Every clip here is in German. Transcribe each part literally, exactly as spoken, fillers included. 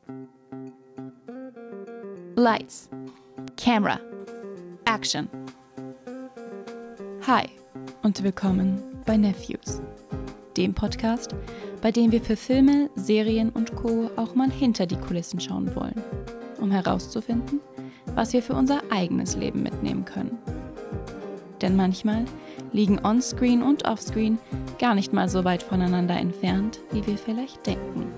Lights, Camera, Action. Hi und willkommen bei Nephews, dem Podcast, bei dem wir für Filme, Serien und Co. auch mal hinter die Kulissen schauen wollen, um herauszufinden, was wir für unser eigenes Leben mitnehmen können. Denn manchmal liegen Onscreen und Offscreen gar nicht mal so weit voneinander entfernt, wie wir vielleicht denken.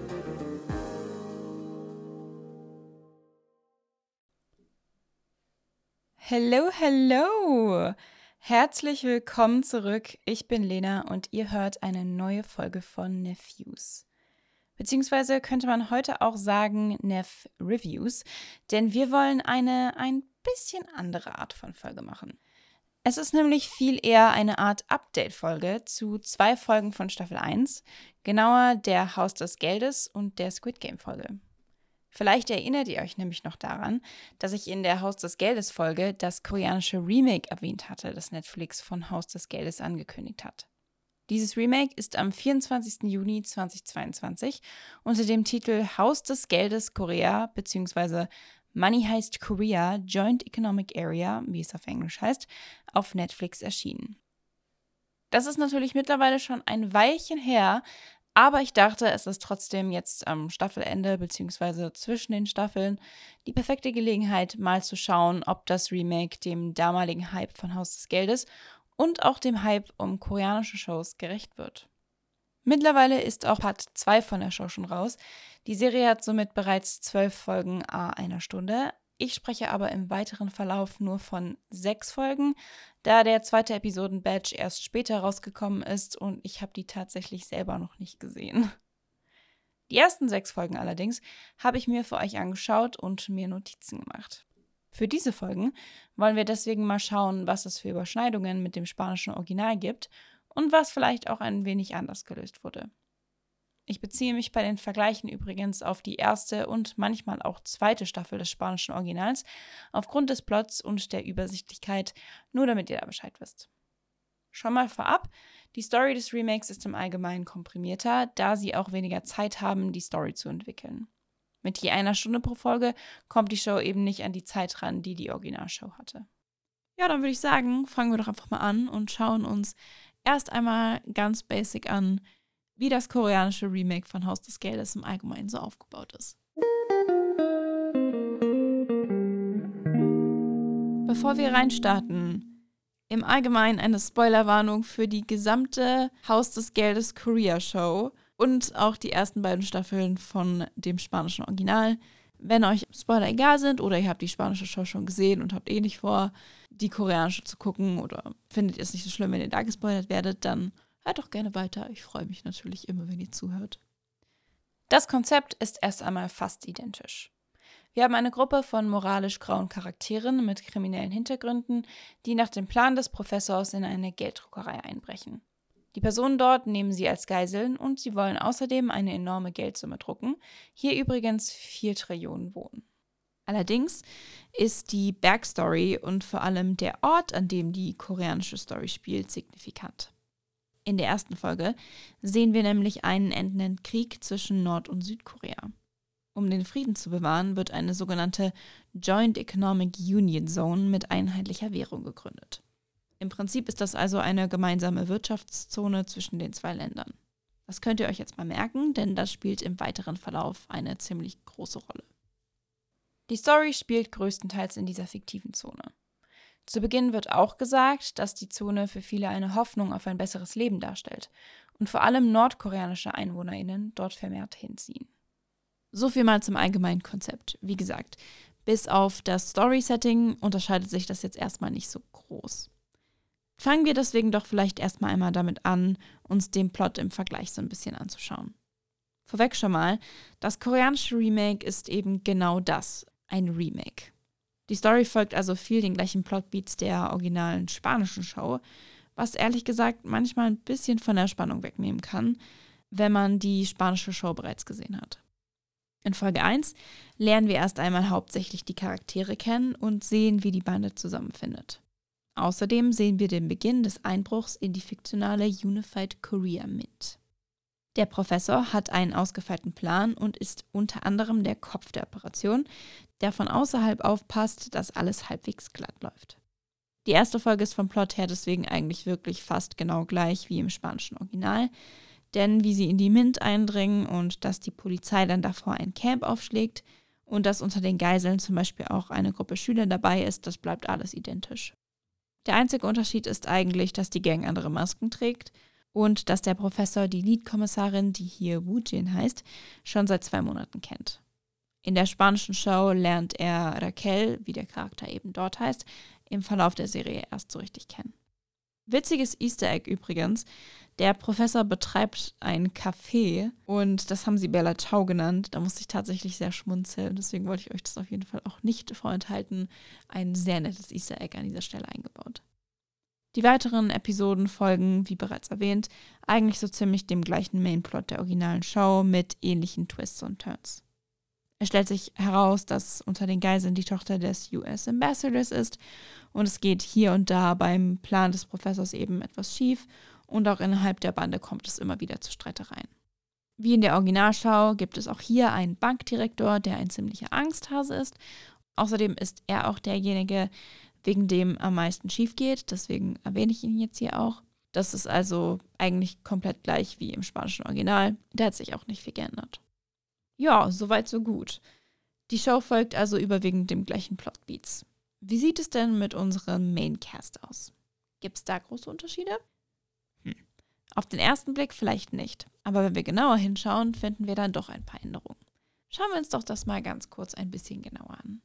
Hello, hello! Herzlich willkommen zurück. Ich bin Lena und ihr hört eine neue Folge von Nephews. Beziehungsweise könnte man heute auch sagen Neph Reviews, denn wir wollen eine ein bisschen andere Art von Folge machen. Es ist nämlich viel eher eine Art Update-Folge zu zwei Folgen von Staffel eins, genauer der Haus des Geldes und der Squid Game-Folge. Vielleicht erinnert ihr euch nämlich noch daran, dass ich in der Haus des Geldes-Folge das koreanische Remake erwähnt hatte, das Netflix von Haus des Geldes angekündigt hat. Dieses Remake ist am vierundzwanzigsten Juni zweitausendzweiundzwanzig unter dem Titel Haus des Geldes Korea bzw. Money Heist Korea Joint Economic Area, wie es auf Englisch heißt, auf Netflix erschienen. Das ist natürlich mittlerweile schon ein Weilchen her, aber ich dachte, es ist trotzdem jetzt am Staffelende bzw. zwischen den Staffeln die perfekte Gelegenheit, mal zu schauen, ob das Remake dem damaligen Hype von Haus des Geldes und auch dem Hype um koreanische Shows gerecht wird. Mittlerweile ist auch Part zwei von der Show schon raus. Die Serie hat somit bereits zwölf Folgen à einer Stunde. Ich spreche aber im weiteren Verlauf nur von sechs Folgen, da der zweite Episoden-Batch erst später rausgekommen ist und ich habe die tatsächlich selber noch nicht gesehen. Die ersten sechs Folgen allerdings habe ich mir für euch angeschaut und mir Notizen gemacht. Für diese Folgen wollen wir deswegen mal schauen, was es für Überschneidungen mit dem spanischen Original gibt und was vielleicht auch ein wenig anders gelöst wurde. Ich beziehe mich bei den Vergleichen übrigens auf die erste und manchmal auch zweite Staffel des spanischen Originals aufgrund des Plots und der Übersichtlichkeit, nur damit ihr da Bescheid wisst. Schon mal vorab, die Story des Remakes ist im Allgemeinen komprimierter, da sie auch weniger Zeit haben, die Story zu entwickeln. Mit je einer Stunde pro Folge kommt die Show eben nicht an die Zeit ran, die die Originalshow hatte. Ja, dann würde ich sagen, fangen wir doch einfach mal an und schauen uns erst einmal ganz basic an, wie das koreanische Remake von Haus des Geldes im Allgemeinen so aufgebaut ist. Bevor wir reinstarten, im Allgemeinen eine Spoilerwarnung für die gesamte Haus des Geldes Korea-Show und auch die ersten beiden Staffeln von dem spanischen Original. Wenn euch Spoiler egal sind oder ihr habt die spanische Show schon gesehen und habt eh nicht vor, die koreanische zu gucken oder findet ihr es nicht so schlimm, wenn ihr da gespoilert werdet, dann hört doch gerne weiter. Ich freue mich natürlich immer, wenn ihr zuhört. Das Konzept ist erst einmal fast identisch. Wir haben eine Gruppe von moralisch grauen Charakteren mit kriminellen Hintergründen, die nach dem Plan des Professors in eine Gelddruckerei einbrechen. Die Personen dort nehmen sie als Geiseln und sie wollen außerdem eine enorme Geldsumme drucken, hier übrigens vier Trillionen Won. Allerdings ist die Backstory und vor allem der Ort, an dem die koreanische Story spielt, signifikant. In der ersten Folge sehen wir nämlich einen endenden Krieg zwischen Nord- und Südkorea. Um den Frieden zu bewahren, wird eine sogenannte Joint Economic Union Zone mit einheitlicher Währung gegründet. Im Prinzip ist das also eine gemeinsame Wirtschaftszone zwischen den zwei Ländern. Das könnt ihr euch jetzt mal merken, denn das spielt im weiteren Verlauf eine ziemlich große Rolle. Die Story spielt größtenteils in dieser fiktiven Zone. Zu Beginn wird auch gesagt, dass die Zone für viele eine Hoffnung auf ein besseres Leben darstellt und vor allem nordkoreanische EinwohnerInnen dort vermehrt hinziehen. So viel mal zum allgemeinen Konzept. Wie gesagt, bis auf das Story-Setting unterscheidet sich das jetzt erstmal nicht so groß. Fangen wir deswegen doch vielleicht erstmal einmal damit an, uns den Plot im Vergleich so ein bisschen anzuschauen. Vorweg schon mal, das koreanische Remake ist eben genau das, ein Remake. Die Story folgt also viel den gleichen Plotbeats der originalen spanischen Show, was ehrlich gesagt manchmal ein bisschen von der Spannung wegnehmen kann, wenn man die spanische Show bereits gesehen hat. In Folge eins lernen wir erst einmal hauptsächlich die Charaktere kennen und sehen, wie die Bande zusammenfindet. Außerdem sehen wir den Beginn des Einbruchs in die fiktionale Unified Korea mit. Der Professor hat einen ausgefeilten Plan und ist unter anderem der Kopf der Operation, der von außerhalb aufpasst, dass alles halbwegs glatt läuft. Die erste Folge ist vom Plot her deswegen eigentlich wirklich fast genau gleich wie im spanischen Original, denn wie sie in die Mint eindringen und dass die Polizei dann davor ein Camp aufschlägt und dass unter den Geiseln zum Beispiel auch eine Gruppe Schüler dabei ist, das bleibt alles identisch. Der einzige Unterschied ist eigentlich, dass die Gang andere Masken trägt und dass der Professor die Lead-Kommissarin, die hier Wu Jin heißt, schon seit zwei Monaten kennt. In der spanischen Show lernt er Raquel, wie der Charakter eben dort heißt, im Verlauf der Serie erst so richtig kennen. Witziges Easter Egg übrigens, der Professor betreibt ein Café und das haben sie Bella Ciao genannt. Da musste ich tatsächlich sehr schmunzeln, deswegen wollte ich euch das auf jeden Fall auch nicht vorenthalten. Ein sehr nettes Easter Egg an dieser Stelle eingebaut. Die weiteren Episoden folgen, wie bereits erwähnt, eigentlich so ziemlich dem gleichen Mainplot der originalen Show mit ähnlichen Twists und Turns. Es stellt sich heraus, dass unter den Geiseln die Tochter des U S Ambassadors ist und es geht hier und da beim Plan des Professors eben etwas schief und auch innerhalb der Bande kommt es immer wieder zu Streitereien. Wie in der Originalschau gibt es auch hier einen Bankdirektor, der ein ziemlicher Angsthase ist. Außerdem ist er auch derjenige, wegen dem am meisten schief geht, deswegen erwähne ich ihn jetzt hier auch. Das ist also eigentlich komplett gleich wie im spanischen Original. Da hat sich auch nicht viel geändert. Ja, soweit so gut. Die Show folgt also überwiegend dem gleichen Plotbeats. Wie sieht es denn mit unserem Maincast aus? Gibt es da große Unterschiede? Hm. Auf den ersten Blick vielleicht nicht, aber wenn wir genauer hinschauen, finden wir dann doch ein paar Änderungen. Schauen wir uns doch das mal ganz kurz ein bisschen genauer an.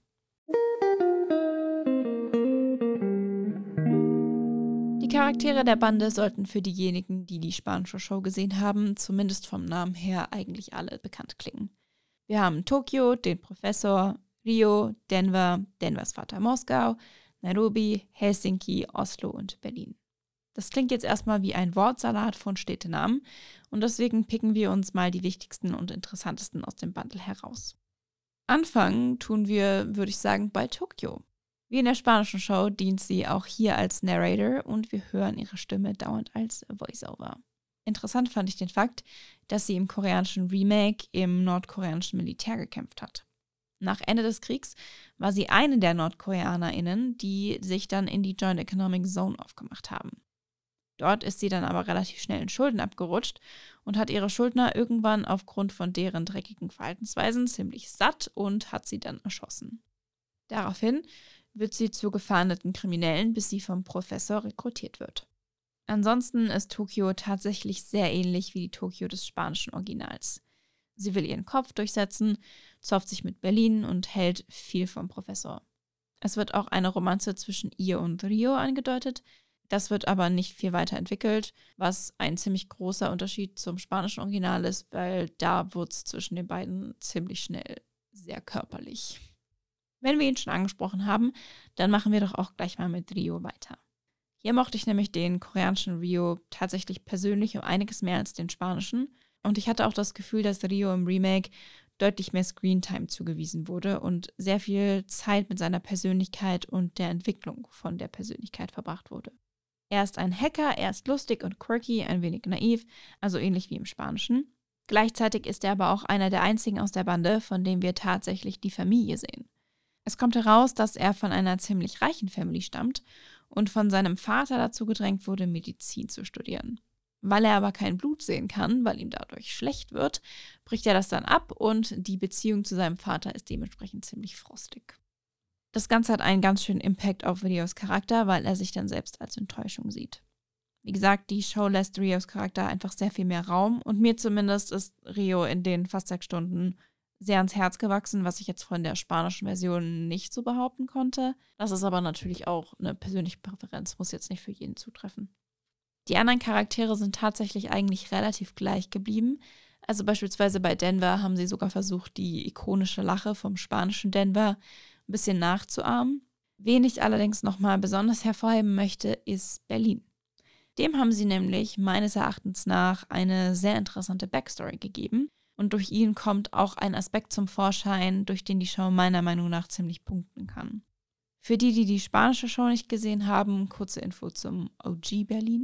Die Charaktere der Bande sollten für diejenigen, die die spanische Show gesehen haben, zumindest vom Namen her eigentlich alle bekannt klingen. Wir haben Tokio, den Professor, Rio, Denver, Denvers Vater Moskau, Nairobi, Helsinki, Oslo und Berlin. Das klingt jetzt erstmal wie ein Wortsalat von Städtenamen und deswegen picken wir uns mal die wichtigsten und interessantesten aus dem Bundle heraus. Anfangen tun wir, würde ich sagen, bei Tokio. Wie in der spanischen Show dient sie auch hier als Narrator und wir hören ihre Stimme dauernd als Voiceover. Interessant fand ich den Fakt, dass sie im koreanischen Remake im nordkoreanischen Militär gekämpft hat. Nach Ende des Kriegs war sie eine der NordkoreanerInnen, die sich dann in die Joint Economic Zone aufgemacht haben. Dort ist sie dann aber relativ schnell in Schulden abgerutscht und hat ihre Schuldner irgendwann aufgrund von deren dreckigen Verhaltensweisen ziemlich satt und hat sie dann erschossen. Daraufhin wird sie zur gefahndeten Kriminellen, bis sie vom Professor rekrutiert wird. Ansonsten ist Tokio tatsächlich sehr ähnlich wie die Tokio des spanischen Originals. Sie will ihren Kopf durchsetzen, zofft sich mit Berlin und hält viel vom Professor. Es wird auch eine Romanze zwischen ihr und Rio angedeutet, das wird aber nicht viel weiterentwickelt, was ein ziemlich großer Unterschied zum spanischen Original ist, weil da wird es zwischen den beiden ziemlich schnell sehr körperlich. Wenn wir ihn schon angesprochen haben, dann machen wir doch auch gleich mal mit Rio weiter. Hier mochte ich nämlich den koreanischen Rio tatsächlich persönlich um einiges mehr als den spanischen. Und ich hatte auch das Gefühl, dass Rio im Remake deutlich mehr Screentime zugewiesen wurde und sehr viel Zeit mit seiner Persönlichkeit und der Entwicklung von der Persönlichkeit verbracht wurde. Er ist ein Hacker, er ist lustig und quirky, ein wenig naiv, also ähnlich wie im Spanischen. Gleichzeitig ist er aber auch einer der einzigen aus der Bande, von dem wir tatsächlich die Familie sehen. Es kommt heraus, dass er von einer ziemlich reichen Family stammt und von seinem Vater dazu gedrängt wurde, Medizin zu studieren. Weil er aber kein Blut sehen kann, weil ihm dadurch schlecht wird, bricht er das dann ab und die Beziehung zu seinem Vater ist dementsprechend ziemlich frostig. Das Ganze hat einen ganz schönen Impact auf Rios Charakter, weil er sich dann selbst als Enttäuschung sieht. Wie gesagt, die Show lässt Rios Charakter einfach sehr viel mehr Raum und mir zumindest ist Rio in den fast sechs Stunden sehr ans Herz gewachsen, was ich jetzt von der spanischen Version nicht so behaupten konnte. Das ist aber natürlich auch eine persönliche Präferenz, muss jetzt nicht für jeden zutreffen. Die anderen Charaktere sind tatsächlich eigentlich relativ gleich geblieben. Also beispielsweise bei Denver haben sie sogar versucht, die ikonische Lache vom spanischen Denver ein bisschen nachzuahmen. Wen ich allerdings nochmal besonders hervorheben möchte, ist Berlin. Dem haben sie nämlich meines Erachtens nach eine sehr interessante Backstory gegeben. Und durch ihn kommt auch ein Aspekt zum Vorschein, durch den die Show meiner Meinung nach ziemlich punkten kann. Für die, die die spanische Show nicht gesehen haben, kurze Info zum O G Berlin.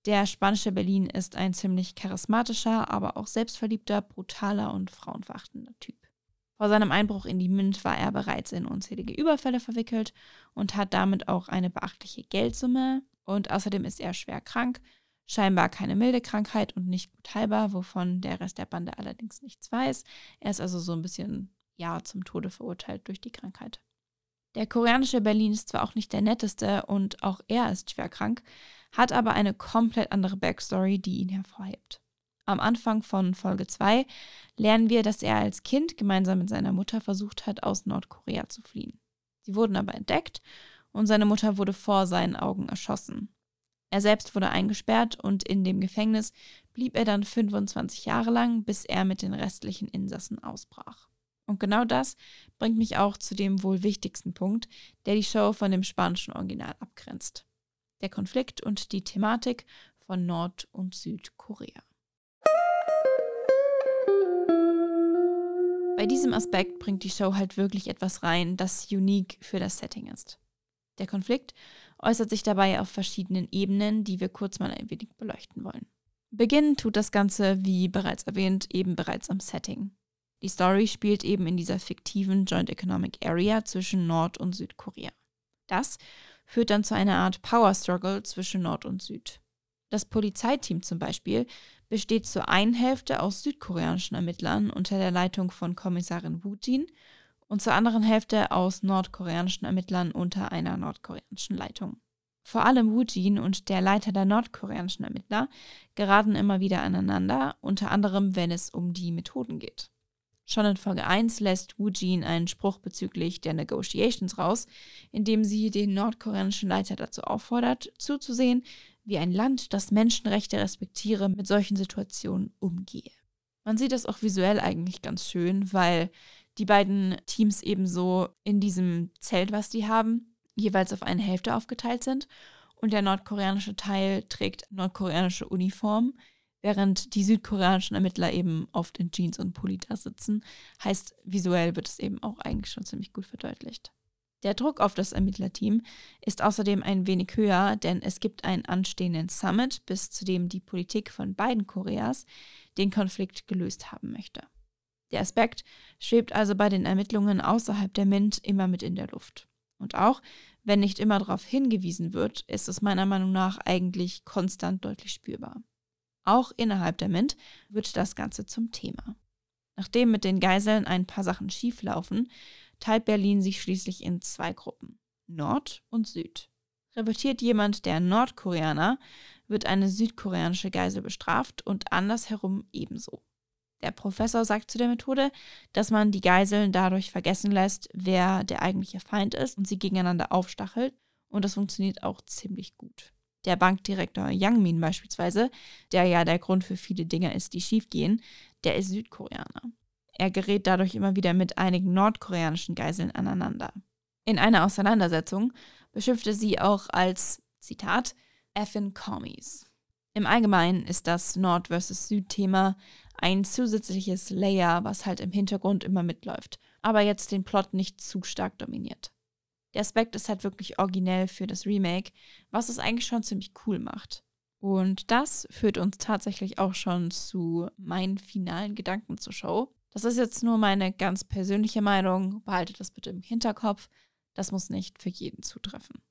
Der spanische Berlin ist ein ziemlich charismatischer, aber auch selbstverliebter, brutaler und frauenverachtender Typ. Vor seinem Einbruch in die Mint war er bereits in unzählige Überfälle verwickelt und hat damit auch eine beachtliche Geldsumme. Und außerdem ist er schwer krank, scheinbar keine milde Krankheit und nicht gut heilbar, wovon der Rest der Bande allerdings nichts weiß. Er ist also so ein bisschen, ja, zum Tode verurteilt durch die Krankheit. Der koreanische Berlin ist zwar auch nicht der netteste und auch er ist schwer krank, hat aber eine komplett andere Backstory, die ihn hervorhebt. Am Anfang von Folge zwei lernen wir, dass er als Kind gemeinsam mit seiner Mutter versucht hat, aus Nordkorea zu fliehen. Sie wurden aber entdeckt und seine Mutter wurde vor seinen Augen erschossen. Er selbst wurde eingesperrt und in dem Gefängnis blieb er dann fünfundzwanzig Jahre lang, bis er mit den restlichen Insassen ausbrach. Und genau das bringt mich auch zu dem wohl wichtigsten Punkt, der die Show von dem spanischen Original abgrenzt. Der Konflikt und die Thematik von Nord- und Südkorea. Bei diesem Aspekt bringt die Show halt wirklich etwas rein, das unique für das Setting ist. Der Konflikt äußert sich dabei auf verschiedenen Ebenen, die wir kurz mal ein wenig beleuchten wollen. Beginnen tut das Ganze, wie bereits erwähnt, eben bereits am Setting. Die Story spielt eben in dieser fiktiven Joint Economic Area zwischen Nord- und Südkorea. Das führt dann zu einer Art Power Struggle zwischen Nord und Süd. Das Polizeiteam zum Beispiel besteht zur einen Hälfte aus südkoreanischen Ermittlern unter der Leitung von Kommissarin Woo-jin und zur anderen Hälfte aus nordkoreanischen Ermittlern unter einer nordkoreanischen Leitung. Vor allem Woo-jin und der Leiter der nordkoreanischen Ermittler geraten immer wieder aneinander, unter anderem wenn es um die Methoden geht. Schon in Folge eins lässt Woo-jin einen Spruch bezüglich der Negotiations raus, in dem sie den nordkoreanischen Leiter dazu auffordert, zuzusehen, wie ein Land, das Menschenrechte respektiere, mit solchen Situationen umgehe. Man sieht das auch visuell eigentlich ganz schön, weil die beiden Teams eben so in diesem Zelt, was die haben, jeweils auf eine Hälfte aufgeteilt sind und der nordkoreanische Teil trägt nordkoreanische Uniform, während die südkoreanischen Ermittler eben oft in Jeans und Pulli da sitzen. Heißt, visuell wird es eben auch eigentlich schon ziemlich gut verdeutlicht. Der Druck auf das Ermittlerteam ist außerdem ein wenig höher, denn es gibt einen anstehenden Summit, bis zu dem die Politik von beiden Koreas den Konflikt gelöst haben möchte. Der Aspekt schwebt also bei den Ermittlungen außerhalb der Mint immer mit in der Luft. Und auch, wenn nicht immer darauf hingewiesen wird, ist es meiner Meinung nach eigentlich konstant deutlich spürbar. Auch innerhalb der Mint wird das Ganze zum Thema. Nachdem mit den Geiseln ein paar Sachen schieflaufen, teilt Berlin sich schließlich in zwei Gruppen, Nord und Süd. Revoltiert jemand der Nordkoreaner, wird eine südkoreanische Geisel bestraft und andersherum ebenso. Der Professor sagt zu der Methode, dass man die Geiseln dadurch vergessen lässt, wer der eigentliche Feind ist und sie gegeneinander aufstachelt und das funktioniert auch ziemlich gut. Der Bankdirektor Yang-min beispielsweise, der ja der Grund für viele Dinge ist, die schiefgehen, der ist Südkoreaner. Er gerät dadurch immer wieder mit einigen nordkoreanischen Geiseln aneinander. In einer Auseinandersetzung beschimpft er sie auch als, Zitat, effin' Commies. Im Allgemeinen ist das Nord- versus Süd-Thema ein zusätzliches Layer, was halt im Hintergrund immer mitläuft, aber jetzt den Plot nicht zu stark dominiert. Der Aspekt ist halt wirklich originell für das Remake, was es eigentlich schon ziemlich cool macht. Und das führt uns tatsächlich auch schon zu meinen finalen Gedanken zur Show. Das ist jetzt nur meine ganz persönliche Meinung, behaltet das bitte im Hinterkopf. Das muss nicht für jeden zutreffen.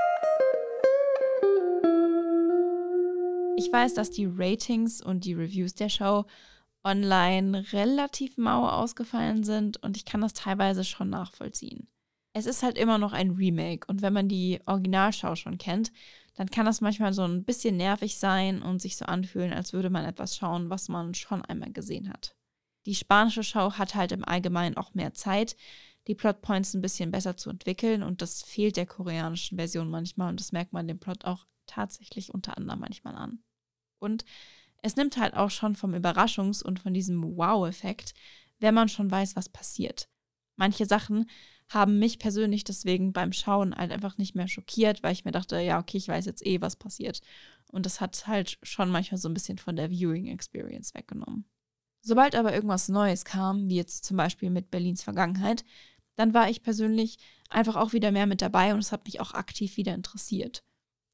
Ich weiß, dass die Ratings und die Reviews der Show online relativ mau ausgefallen sind und ich kann das teilweise schon nachvollziehen. Es ist halt immer noch ein Remake und wenn man die Originalschau schon kennt, dann kann das manchmal so ein bisschen nervig sein und sich so anfühlen, als würde man etwas schauen, was man schon einmal gesehen hat. Die spanische Show hat halt im Allgemeinen auch mehr Zeit, die Plotpoints ein bisschen besser zu entwickeln und das fehlt der koreanischen Version manchmal und das merkt man dem Plot auch tatsächlich unter anderem manchmal an. Und es nimmt halt auch schon vom Überraschungs- und von diesem Wow-Effekt, wenn man schon weiß, was passiert. Manche Sachen haben mich persönlich deswegen beim Schauen halt einfach nicht mehr schockiert, weil ich mir dachte, ja, okay, ich weiß jetzt eh, was passiert. Und das hat halt schon manchmal so ein bisschen von der Viewing-Experience weggenommen. Sobald aber irgendwas Neues kam, wie jetzt zum Beispiel mit Berlins Vergangenheit, dann war ich persönlich einfach auch wieder mehr mit dabei und es hat mich auch aktiv wieder interessiert.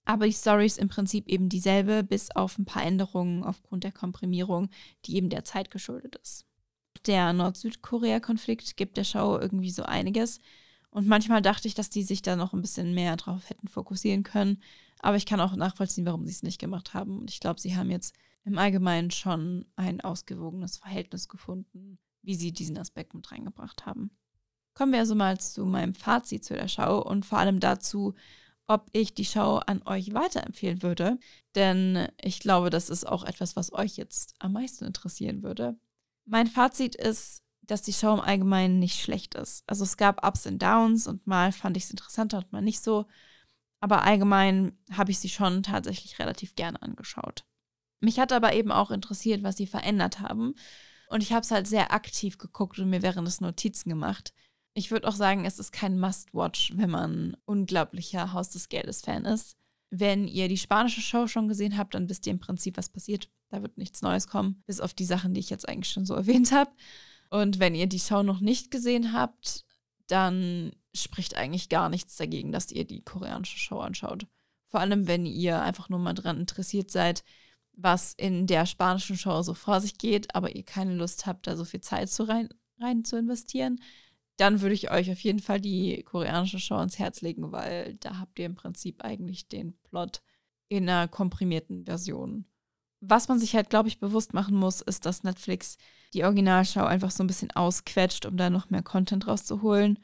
Aber die Story ist im Prinzip eben dieselbe, bis auf ein paar Änderungen aufgrund der Komprimierung, die eben der Zeit geschuldet ist. Der Nord-Süd-Korea-Konflikt gibt der Show irgendwie so einiges. Und manchmal dachte ich, dass die sich da noch ein bisschen mehr drauf hätten fokussieren können. Aber ich kann auch nachvollziehen, warum sie es nicht gemacht haben. Und ich glaube, sie haben jetzt im Allgemeinen schon ein ausgewogenes Verhältnis gefunden, wie sie diesen Aspekt mit reingebracht haben. Kommen wir also mal zu meinem Fazit zu der Show und vor allem dazu, ob ich die Show an euch weiterempfehlen würde. Denn ich glaube, das ist auch etwas, was euch jetzt am meisten interessieren würde. Mein Fazit ist, dass die Show im Allgemeinen nicht schlecht ist. Also es gab Ups und Downs und mal fand ich es interessanter und mal nicht so. Aber allgemein habe ich sie schon tatsächlich relativ gerne angeschaut. Mich hat aber eben auch interessiert, was sie verändert haben. Und ich habe es halt sehr aktiv geguckt und mir während des Notizen gemacht. Ich würde auch sagen, es ist kein Must-Watch, wenn man unglaublicher Haus des Geldes-Fan ist. Wenn ihr die spanische Show schon gesehen habt, dann wisst ihr im Prinzip, was passiert. Da wird nichts Neues kommen, bis auf die Sachen, die ich jetzt eigentlich schon so erwähnt habe. Und wenn ihr die Show noch nicht gesehen habt, dann spricht eigentlich gar nichts dagegen, dass ihr die koreanische Show anschaut. Vor allem, wenn ihr einfach nur mal dran interessiert seid, was in der spanischen Show so vor sich geht, aber ihr keine Lust habt, da so viel Zeit zu rein, rein zu investieren, dann würde ich euch auf jeden Fall die koreanische Show ans Herz legen, weil da habt ihr im Prinzip eigentlich den Plot in einer komprimierten Version. Was man sich halt, glaube ich, bewusst machen muss, ist, dass Netflix die Originalshow einfach so ein bisschen ausquetscht, um da noch mehr Content rauszuholen.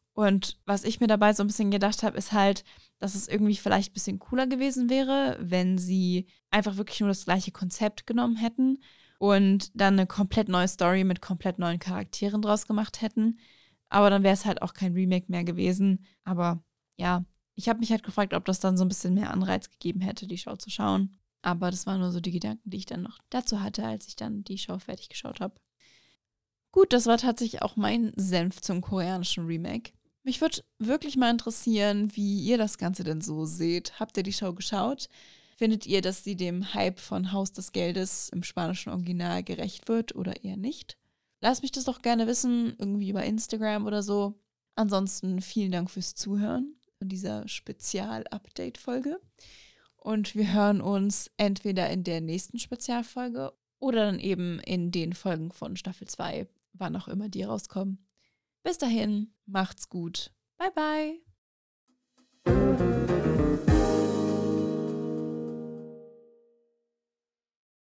Und was ich mir dabei so ein bisschen gedacht habe, ist halt, dass es irgendwie vielleicht ein bisschen cooler gewesen wäre, wenn sie einfach wirklich nur das gleiche Konzept genommen hätten und dann eine komplett neue Story mit komplett neuen Charakteren draus gemacht hätten. Aber dann wäre es halt auch kein Remake mehr gewesen. Aber ja, ich habe mich halt gefragt, ob das dann so ein bisschen mehr Anreiz gegeben hätte, die Show zu schauen. Aber das waren nur so die Gedanken, die ich dann noch dazu hatte, als ich dann die Show fertig geschaut habe. Gut, das war tatsächlich auch mein Senf zum koreanischen Remake. Mich würde wirklich mal interessieren, wie ihr das Ganze denn so seht. Habt ihr die Show geschaut? Findet ihr, dass sie dem Hype von Haus des Geldes im spanischen Original gerecht wird oder eher nicht? Lasst mich das doch gerne wissen, irgendwie über Instagram oder so. Ansonsten vielen Dank fürs Zuhören in dieser Spezial-Update-Folge. Und wir hören uns entweder in der nächsten Spezialfolge oder dann eben in den Folgen von Staffel zwei, wann auch immer die rauskommen. Bis dahin, macht's gut. Bye, bye.